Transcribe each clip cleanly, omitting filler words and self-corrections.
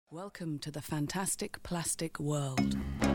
Welcome to the fantastic plastic world.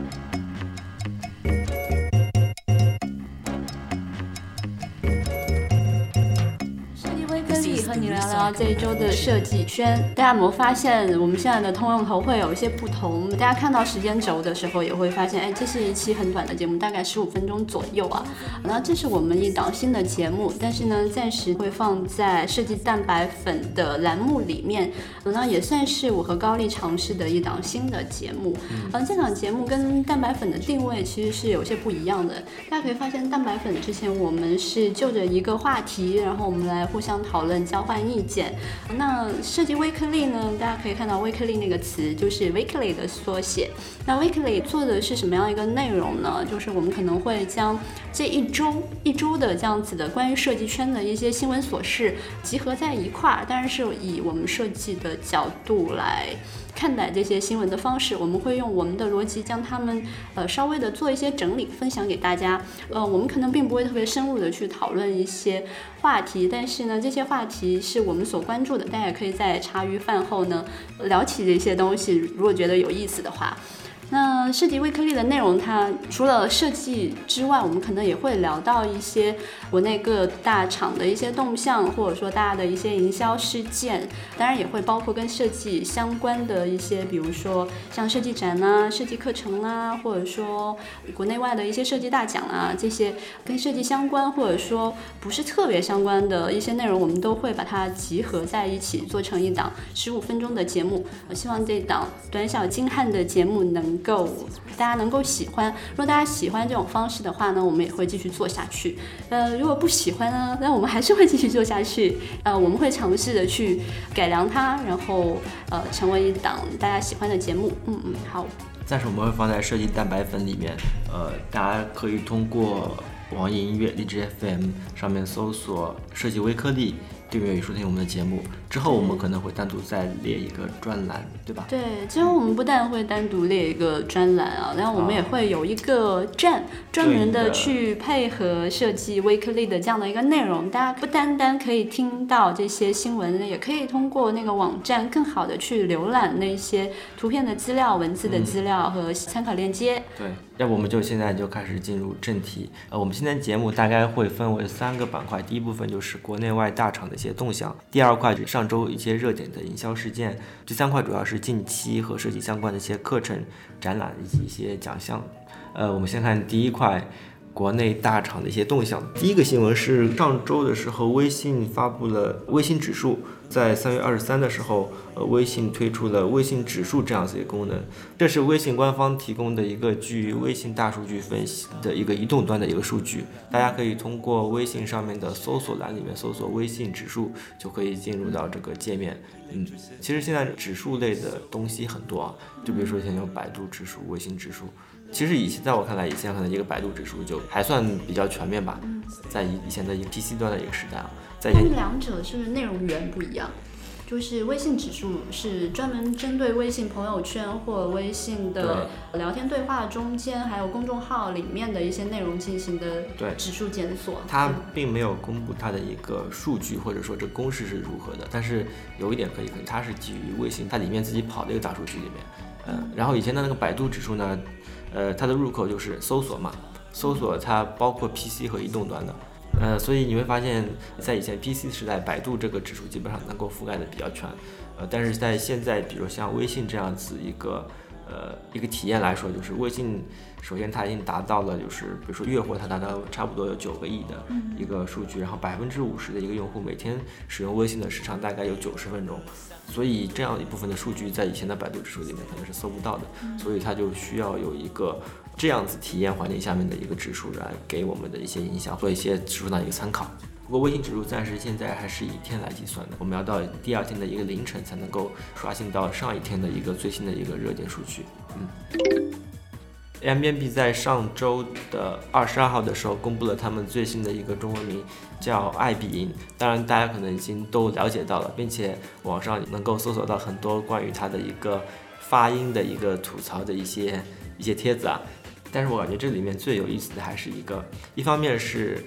和你聊聊这一周的设计圈，大家有没有发现我们现在的通用头会有一些不同？大家看到时间轴的时候也会发现，这是一期很短的节目，大概15分钟左右啊。那这是我们一档新的节目，但是呢，暂时会放在设计蛋白粉的栏目里面。那也算是我和高丽尝试的一档新的节目。这档节目跟蛋白粉的定位其实是有些不一样的。大家可以发现，蛋白粉之前我们是就着一个话题，然后我们来互相讨论。交换意见。那设计 Weekly 呢？大家可以看到 Weekly 那个词就是 Weekly 的缩写。那 Weekly 做的是什么样一个内容呢？就是我们可能会将这一周的这样子的关于设计圈的一些新闻琐事集合在一块儿，当然是以我们设计的角度来看待这些新闻的方式，我们会用我们的逻辑将它们稍微的做一些整理，分享给大家。我们可能并不会特别深入的去讨论一些话题，但是呢，这些话题是我们所关注的，大家也可以在茶余饭后呢聊起这些东西，如果觉得有意思的话。那设计 Weekly 的内容，它除了设计之外，我们可能也会聊到一些国内各大厂的一些动向，或者说大家的一些营销事件，当然也会包括跟设计相关的一些，比如说像设计展啊、设计课程啊，或者说国内外的一些设计大奖啊，这些跟设计相关或者说不是特别相关的一些内容，我们都会把它集合在一起，做成一档15分钟的节目。我希望这档短小精悍的节目大家能够喜欢。如果大家喜欢这种方式的话呢，我们也会继续做下去。如果不喜欢呢，那我们还是会继续做下去。我们会尝试的去改良它，然后成为一档大家喜欢的节目。好。 暂时我们会放在设计蛋白粉里面，大家可以通过网易音乐、荔枝 FM 上面搜索设计微颗粒，订阅与收听我们的节目。之后我们可能会单独再列一个专栏，对吧？ 对，之后我们不但会单独列一个专栏啊，然后我们也会有一个站专门的去配合设计 Weekly 的这样的一个内容。大家不单单可以听到这些新闻，也可以通过那个网站更好的去浏览那些图片的资料、文字的资料和参考链接。 对，要不我们就现在就开始进入正题。我们今天节目大概会分为3个板块，第一部分就是国内外大厂的一些动向，第2块是上周一些热点的营销事件，第3块主要是近期和设计相关的一些课程、展览以及一些奖项。我们先看第一块，国内大厂的一些动向。第一个新闻是上周的时候，微信发布了微信指数，在3月23的时候，微信推出了微信指数这样子一个功能。这是微信官方提供的一个基于微信大数据分析的一个移动端的一个数据，大家可以通过微信上面的搜索栏里面搜索微信指数，就可以进入到这个界面。其实现在指数类的东西很多啊，就比如说现在有百度指数、微信指数。其实在我看来，以前可能一个百度指数就还算比较全面吧，在以前的一个 PC 端的一个时代啊。 但两者是不是内容源不一样？就是微信指数是专门针对微信朋友圈或微信的聊天对话中间，还有公众号里面的一些内容进行的指数检索。 它并没有公布它的一个数据，或者说这公式是如何的，但是有一点可以看，它是基于微信它里面自己跑的一个大数据里面。然后以前的那个百度指数呢，它的入口就是搜索嘛，搜索它包括 PC 和移动端的。所以你会发现在以前 PC 时代，百度这个指数基本上能够覆盖的比较全，但是在现在，比如像微信这样子一个体验来说，就是微信首先它已经达到了，就是比如说月活它达到差不多有9个亿的一个数据，然后50%的一个用户每天使用微信的时长大概有90分钟，所以这样一部分的数据在以前的百度指数里面可能是搜不到的，所以它就需要有一个这样子体验环境下面的一个指数来给我们的一些影响做一些指数上的一个参考。不过微信指数暂时现在还是以天来计算的，我们要到第2天的一个凌晨才能够刷新到上一天的一个最新的一个热点数据。Airbnb 在上周的22号的时候公布了他们最新的一个中文名，叫爱彼迎。当然大家可能已经都了解到了，并且网上能够搜索到很多关于它的一个发音的一个吐槽的一些帖子啊。但是我感觉这里面最有意思的还是一方面是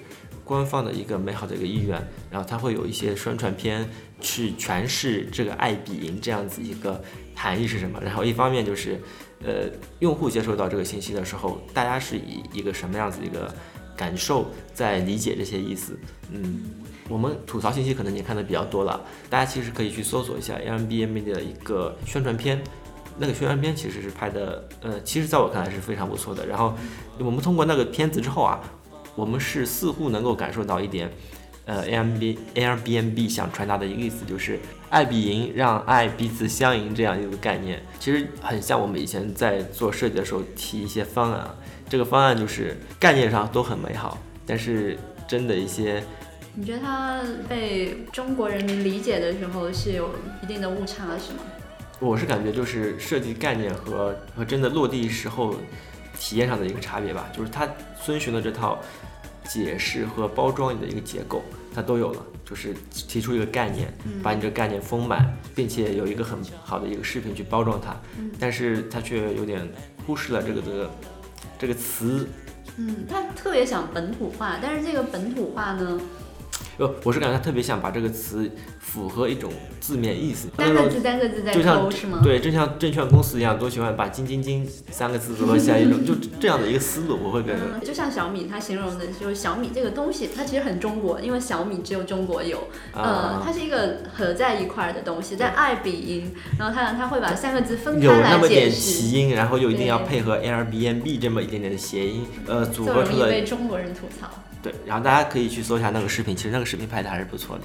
官方的一个美好的一个意愿，然后它会有一些宣传片去诠释这个爱彼迎这样子一个含义是什么。然后一方面就是用户接收到这个信息的时候，大家是以一个什么样子的一个感受在理解这些意思。我们吐槽信息可能也看得比较多了，大家其实可以去搜索一下 Airbnb 的一个宣传片，那个宣传片其实是拍的，其实在我看来是非常不错的。然后我们通过那个片子之后啊，我们是似乎能够感受到一点Airbnb 想传达的一个意思，就是爱彼迎，让爱彼此相迎这样一个概念，其实很像我们以前在做设计的时候提一些方案啊。这个方案就是概念上都很美好，但是真的一些， 你觉得它被中国人民理解的时候是有一定的误差是吗？ 我是感觉就是设计概念和真的落地时候体验上的一个差别吧，就是它遵循了这套解释和包装的一个结构，它都有了，就是提出一个概念，把你这个概念丰满，并且有一个很好的一个视频去包装它，但是它却有点忽视了这个词。 他特别想本土化，但是这个本土化呢， 我是感觉他特别想把这个词符合一种字面意思， 单个字在抠是吗？ 对，就像证券公司一样，都喜欢把金三个字组合起来一种，就这样的一个思路，我会感觉。 就像小米，它形容的就是小米这个东西，它其实很中国，因为小米只有中国有，它是一个合在一块的东西，在爱彼迎，然后它会把三个字分开来解释， 有那么点奇音，然后又一定要配合 Airbnb 这么一点点的谐音，组合出了，容易被中国人吐槽。 对，然后大家可以去搜一下那个视频，其实那个视频拍的还是不错的。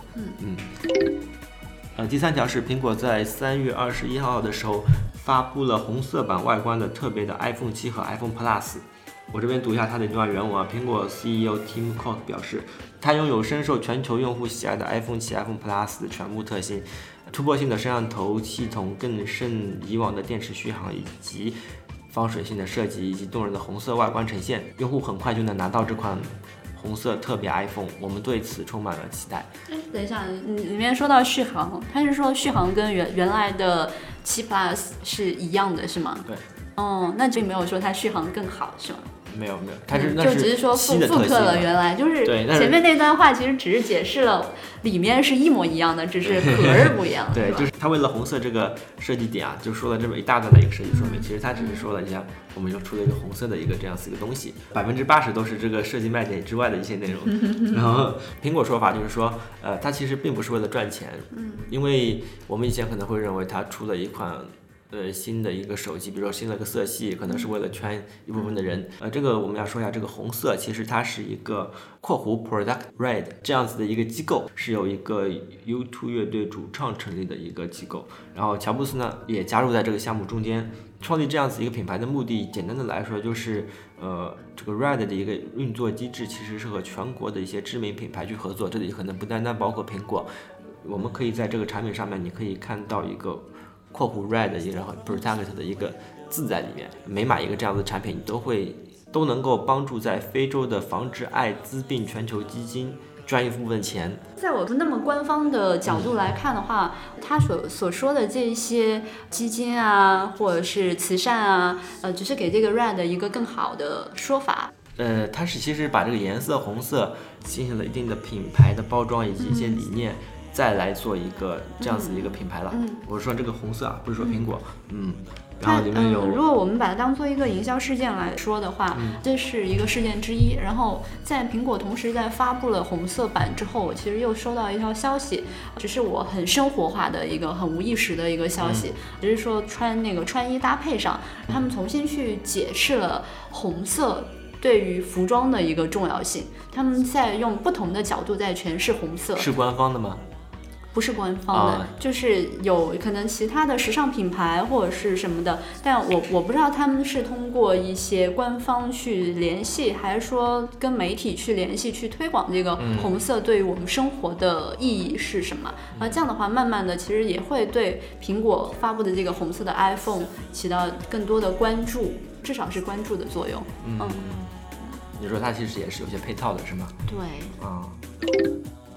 第3条是苹果在3月21号的时候发布了红色版外观的特别的 iPhone 7和 iPhone Plus。我这边读一下它的一段原文啊，苹果 CEO Tim Cook 表示，它拥有深受全球用户喜爱的 iPhone 7、iPhone Plus 的全部特性，突破性的摄像头系统，更胜以往的电池续航以及防水性的设计以及动人的红色外观呈现，用户很快就能拿到这款红色特别 iPhone， 我们对此充满了期待。 等一下，里面说到续航，他是说续航跟原来的7 Plus 是一样的，是吗？ 对。 那并没有说它续航更好，是吗？ 没有，它是就只是说复刻了原来，就是前面那段话其实只是解释了里面是一模一样的，只是壳儿不一样。 对，就是他为了红色这个设计点啊，就说了这么一大段的一个设计说明。其实他只是说了一下，我们又出了一个红色的一个这样子一个东西，80%都是这个设计卖点之外的一些内容。然后苹果说法就是说，它其实并不是为了赚钱，因为我们以前可能会认为它出了一款。新的一个手机，比如说新的一个色系，可能是为了圈一部分的人。这个我们要说一下，这个红色其实它是一个（Product Red） 这样子的一个机构，是由一个 U2 乐队主唱成立的一个机构。然后乔布斯呢也加入在这个项目中间，创立这样子一个品牌的目的，简单的来说就是，这个 Red 的一个运作机制其实是和全国的一些知名品牌去合作，这里可能不单单包括苹果，我们可以在这个产品上面，你可以看到一个。Red 的一个，然后 Protect 的一个字在里面，每买一个这样的产品，你都能够帮助在非洲的防治艾滋病全球基金赚一部分钱。 在我那么官方的角度来看的话，他所说的这些基金啊，或者是慈善啊，只是给这个 Red 一个更好的说法。 它是其实把这个颜色红色进行了一定的品牌的包装以及一些理念。再来做一个这样子一个品牌了。我是说这个红色啊，不是说苹果。然后里面有， 如果我们把它当做一个营销事件来说的话，这是一个事件之一。然后在苹果同时在发布了红色版之后，我其实又收到一条消息，只是我很生活化的一个很无意识的一个消息，只是说穿衣搭配上，他们重新去解释了红色对于服装的一个重要性，他们在用不同的角度在诠释红色。 是官方的吗？ 不是官方的，就是有可能其他的时尚品牌或者是什么的，但我不知道他们是通过一些官方去联系，还是说跟媒体去联系去推广这个红色对于我们生活的意义是什么。这样的话慢慢的其实也会对苹果发布的这个红色的 iPhone 起到更多的关注，至少是关注的作用。 你说它其实也是有些配套的是吗？ 对。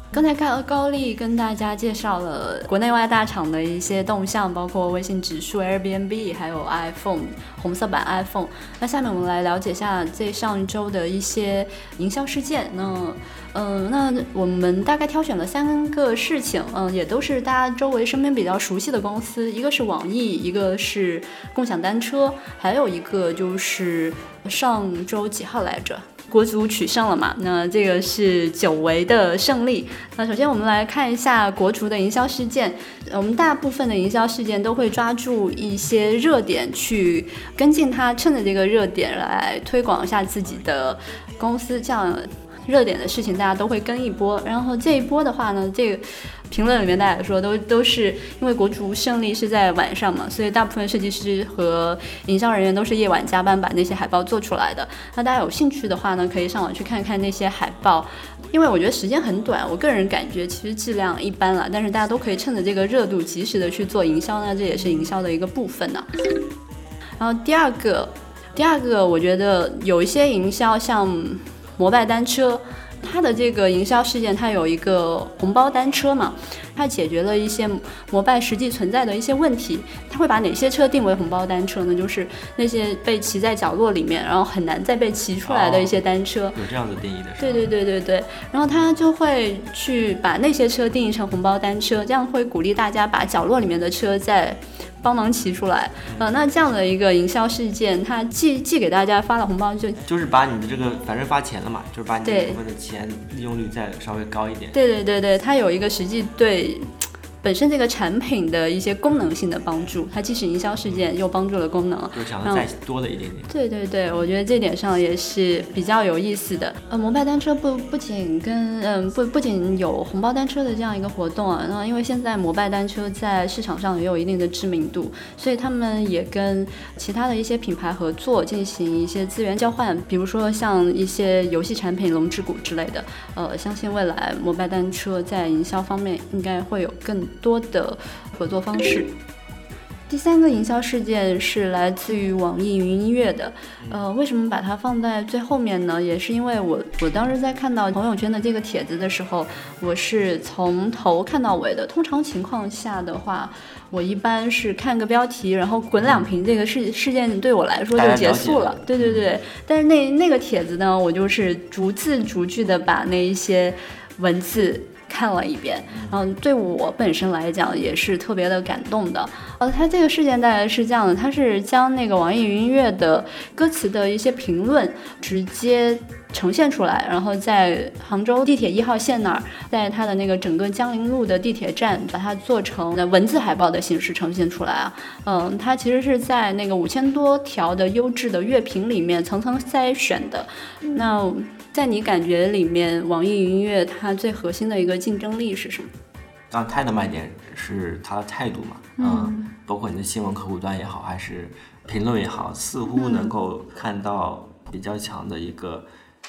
刚才高丽跟大家介绍了国内外大厂的一些动向，包括微信指数、Airbnb， 还有 iPhone 红色版 iPhone。那下面我们来了解一下这上一周的一些营销事件。那我们大概挑选了3个事情，也都是大家周围身边比较熟悉的公司，一个是网易，一个是共享单车，还有一个就是上周几号来着？国足取胜了嘛？那这个是久违的胜利。那首先我们来看一下国足的营销事件。我们大部分的营销事件都会抓住一些热点去跟进它，趁着这个热点来推广一下自己的公司，这样热点的事情大家都会跟一波。然后这一波的话呢，这个评论里面大家说都是因为国足胜利是在晚上嘛，所以大部分设计师和营销人员都是夜晚加班把那些海报做出来的。那大家有兴趣的话呢，可以上网去看看那些海报，因为我觉得时间很短，我个人感觉其实质量一般了，但是大家都可以趁着这个热度及时的去做营销呢，这也是营销的一个部分呢。然后第二个我觉得有一些营销像摩拜单车，它的这个营销事件，它有一个红包单车嘛，它解决了一些摩拜实际存在的一些问题。它会把哪些车定为红包单车呢？就是那些被骑在角落里面，然后很难再被骑出来的一些单车。 有这样的定义的是吧？ 对。然后它就会去把那些车定义成红包单车，这样会鼓励大家把角落里面的车再帮忙骑出来。那这样的一个营销事件，它既给大家发了红包， 就是把你的这个反正发钱了嘛，就是把你这部分的钱利用率再稍微高一点。 对，它有一个实际对本身这个产品的一些功能性的帮助，它既是营销事件又帮助了功能， 就讲的再多了一点点。 对，我觉得这点上也是比较有意思的。摩拜单车不仅有红包单车的这样一个活动啊，那因为现在摩拜单车在市场上也有一定的知名度，所以他们也跟其他的一些品牌合作，进行一些资源交换，比如说像一些游戏产品龙之谷之类的。相信未来摩拜单车在营销方面应该会有更多的合作方式。第3个营销事件是来自于网易云音乐的，为什么把它放在最后面呢？也是因为我当时在看到朋友圈的这个帖子的时候，我是从头看到尾的。通常情况下的话，我一般是看个标题，然后滚2屏，这个事件对我来说就结束了。对，但是那个帖子呢，我就是逐字逐句的把那一些文字看了一遍，对我本身来讲也是特别的感动的。它这个事件大概是这样的，它是将那个网易云音乐的歌词的一些评论直接呈现出来，然后在杭州地铁1号线那儿，在它的那个整个江陵路的地铁站，把它做成文字海报的形式呈现出来啊。它其实是在那个5000多条的优质的乐评里面层层筛选的。那在你感觉里面，网易云音乐它最核心的一个竞争力是什么？ 当然，它的卖点是它的态度嘛，包括你的新闻客户端也好，还是评论也好，似乎能够看到比较强的一个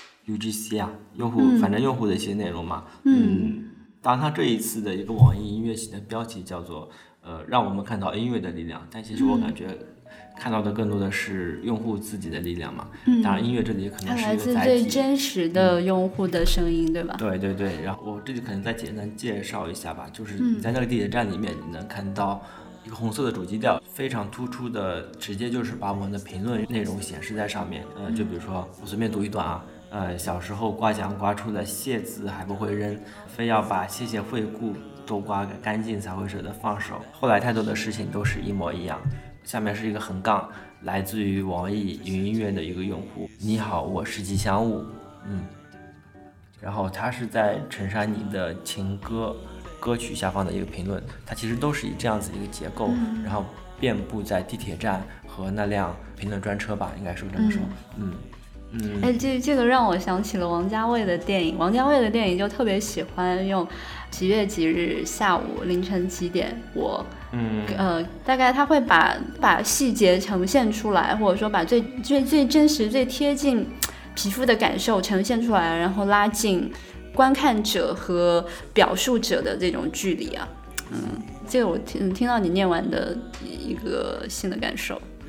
UGC 啊，反正用户的一些内容嘛，当然它这一次的一个网易音乐系的标题叫做让我们看到音乐的力量，但其实我感觉看到的更多的是用户自己的力量嘛。当然音乐这里可能是一个载体，它来自最真实的用户的声音，对吧？ 对，然后我这里可能再简单介绍一下吧，就是你在那个地铁站里面，你能看到一个红色的主基调，非常突出的，直接就是把我们的评论内容显示在上面。就比如说我随便读一段啊，小时候刮奖刮出的谢字还不会扔，非要把谢谢惠顾都刮干净才会舍得放手，后来太多的事情都是一模一样。下面是一个横杠，来自于网易云音乐的一个用户，你好，我是吉祥物。然后他是在陈珊妮的情歌曲下方的一个评论，它其实都是以这样子一个结构，然后遍布在地铁站和那辆评论专车吧，应该是这么说。 这个让我想起了王家卫的电影。王家卫的电影就特别喜欢用几月几日下午凌晨几点，大概他会把细节呈现出来，或者说把最真实、最贴近皮肤的感受呈现出来，然后拉近观看者和表述者的这种距离啊。这个我听到你念完的一个新的感受。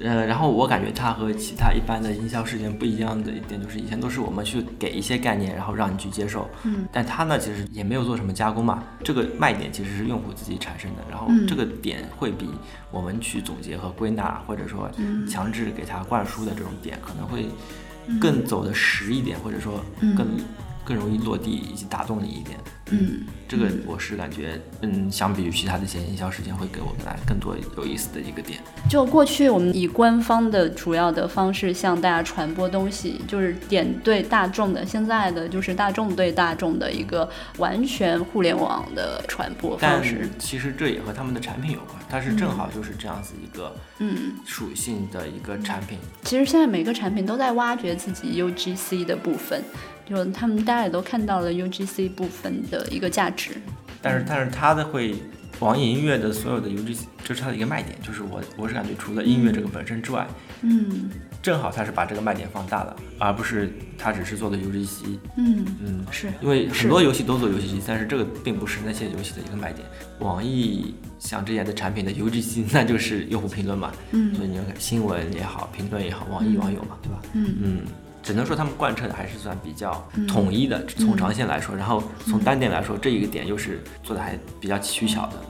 然后我感觉它和其他一般的营销事件不一样的一点，就是以前都是我们去给一些概念，然后让你去接受，但它呢其实也没有做什么加工嘛，这个卖点其实是用户自己产生的，然后这个点会比我们去总结和归纳，或者说强制给它灌输的这种点，可能会更走得实一点，或者说更容易落地以及打动你一点。这个我是感觉，相比于其他的一些营销事件，会给我们来更多有意思的一个点。 就过去我们以官方的主要的方式向大家传播东西，就是点对大众的，现在的就是大众对大众的一个完全互联网的传播方式。 但其实这也和他们的产品有关，它是正好就是这样子一个属性的一个产品。 其实现在每个产品都在挖掘自己 UGC 的部分，就他们大家也都看到了 UGC 部分的一个价值。 但是它的会，网易音乐的所有的 UGC， 这是它的一个卖点，就是我是感觉除了音乐这个本身之外，正好它是把这个卖点放大了，而不是它只是做的 UGC。 是因为很多游戏都做 UGC， 但是这个并不是那些游戏的一个卖点。网易像这样的产品的 UGC， 那就是用户评论嘛，所以你要看新闻也好，评论也好，网易网友嘛，对吧？只能说他们贯彻的还是算比较统一的，从长线来说，然后从单点来说，这一个点又是做的还比较取巧的。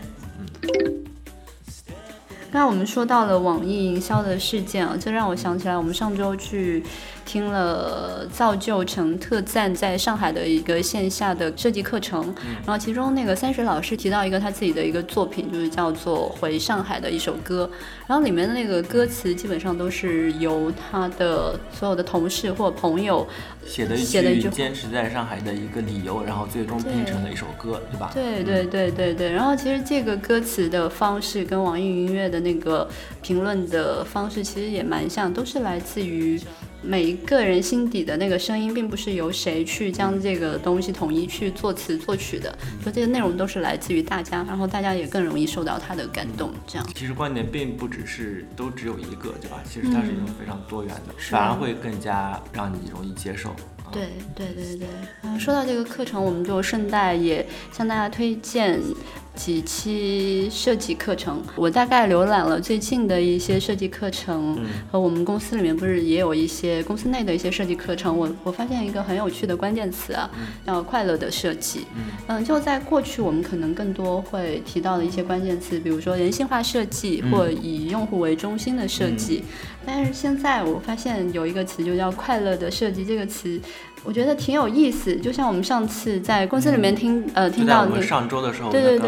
刚才我们说到了网易营销的事件啊，这让我想起来我们上周去听了造就成特赞在上海的一个线下的设计课程，然后其中那个三水老师提到一个他自己的一个作品，就是叫做回上海的一首歌，然后里面的那个歌词基本上都是由他的所有的同事或朋友写的一句坚持在上海的一个理由，然后最终拼成了一首歌，对吧？ 对。然后其实这个歌词的方式跟网易云音乐的那个评论的方式其实也蛮像，都是来自于每一个人心底的那个声音，并不是由谁去将这个东西统一去作词作曲的，所以这个内容都是来自于大家，然后大家也更容易受到他的感动。这样， 其实观点并不只是都只有一个，对吧？其实它是一种非常多元的，反而会更加让你容易接受。 对。说到这个课程，我们就顺带也向大家推荐几期设计课程。我大概浏览了最近的一些设计课程，和我们公司里面不是也有一些公司内的一些设计课程，我发现一个很有趣的关键词啊，叫快乐的设计。就在过去我们可能更多会提到的一些关键词，比如说人性化设计或以用户为中心的设计，但是现在我发现有一个词就叫快乐的设计，这个词我觉得挺有意思。就像我们上次在公司里面听到我们上周的时候， 对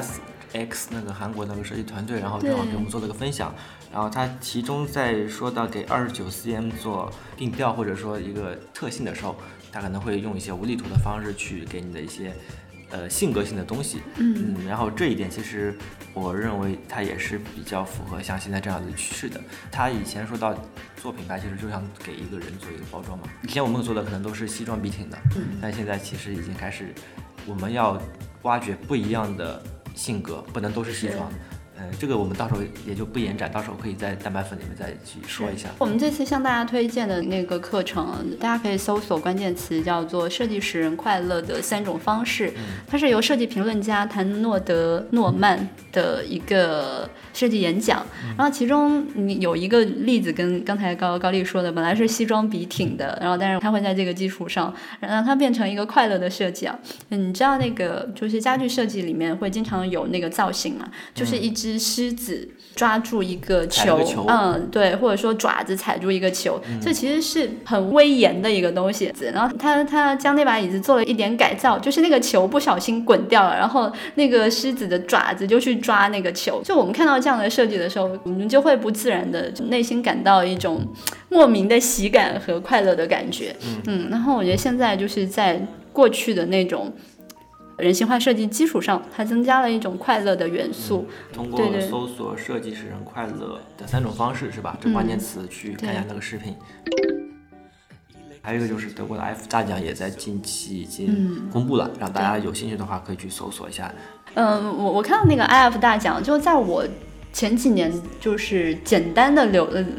X 那个韩国那个设计团队，然后正好给我们做了个分享，然后他其中在说到给29cm做定调或者说一个特性的时候，他可能会用一些无厘头的方式去给你的一些性格性的东西，然后这一点其实我认为它也是比较符合像现在这样的趋势的。他以前说到做品牌其实就想给一个人做一个包装嘛，以前我们做的可能都是西装笔挺的，但现在其实已经开始我们要挖掘不一样的性格，不能都是西装。这个我们到时候也就不延展，到时候可以在蛋白粉里面再去说一下。 我们这次向大家推荐的那个课程，大家可以搜索关键词叫做设计使人快乐的3种方式，它是由设计评论家谭诺德诺曼的一个设计演讲，然后其中你有一个例子跟刚才高丽说的，本来是西装笔挺的，然后但是它会在这个基础上让它变成一个快乐的设计啊。你知道那个就是家具设计里面会经常有那个造型嘛，就是一只狮子抓住一个球，对，或者说爪子踩住一个球，这其实是很威严的一个东西。然后他将那把椅子做了一点改造，就是那个球不小心滚掉了，然后那个狮子的爪子就去抓那个球。就我们看到这样的设计的时候，我们就会不自然的内心感到一种莫名的喜感和快乐的感觉。然后我觉得现在就是在过去的那种人性化设计基础上，它增加了一种快乐的元素。 通过搜索设计使人快乐的3种方式是吧？这关键词去看一下那个视频。还有一个就是德国的 F 大奖也在近期已经公布了，让大家有兴趣的话可以去搜索一下。 我看到那个 IF 大奖，就在我前几年就是简单的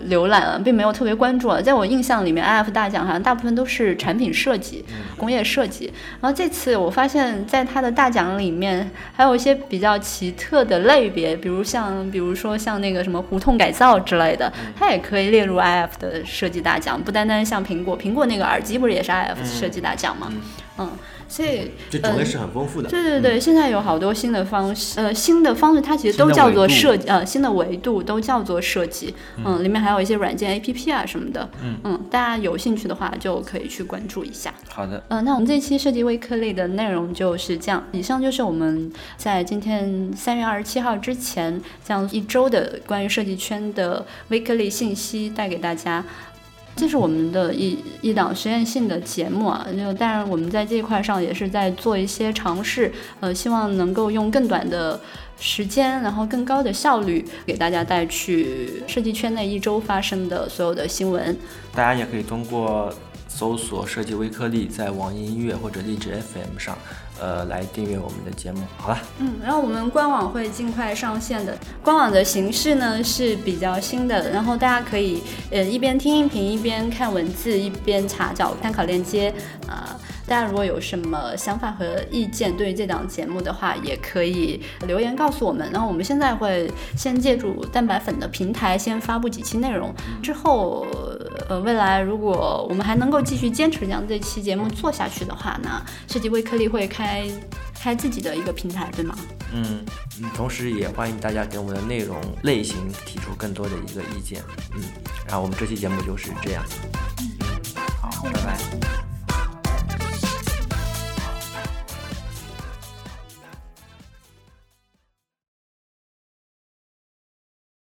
浏览了，并没有特别关注了。在我印象里面 IF 大奖好像大部分都是产品设计、工业设计，然后这次我发现在它的大奖里面还有一些比较奇特的类别，比如说像那个什么胡同改造之类的，它也可以列入 IF 的设计大奖，不单单像苹果那个耳机不是也是 IF 设计大奖吗？所以这种类是很丰富的。 对，现在有好多新的方式，它其实都叫做设计，新的维度都叫做设计，里面还有一些软件 APP 啊什么的，大家有兴趣的话就可以去关注一下。 好的， 那我们这期设计微颗粒的内容就是这样，以上就是我们在今天3月27号之前这样1周的关于设计圈的微颗粒信息带给大家。这是我们的一档实验性的节目啊，当然我们在这一块上也是在做一些尝试，希望能够用更短的时间，然后更高的效率，给大家带去设计圈内1周发生的所有的新闻。 大家也可以通过搜索设计微颗粒，在网易音乐或者荔枝 FM 上来订阅我们的节目。好了， 然后我们官网会尽快上线的。官网的形式呢是比较新的，然后大家可以一边听音频，一边看文字，一边查找参考链接大家如果有什么想法和意见对于这档节目的话，也可以留言告诉我们。然后我们现在会先借助蛋白粉的平台先发布几期内容，之后未来如果我们还能够继续坚持将这期节目做下去的话呢，设计微颗粒会开自己的一个平台，对吗？ 同时也欢迎大家给我们的内容类型提出更多的一个意见。然后我们这期节目就是这样。好，拜拜。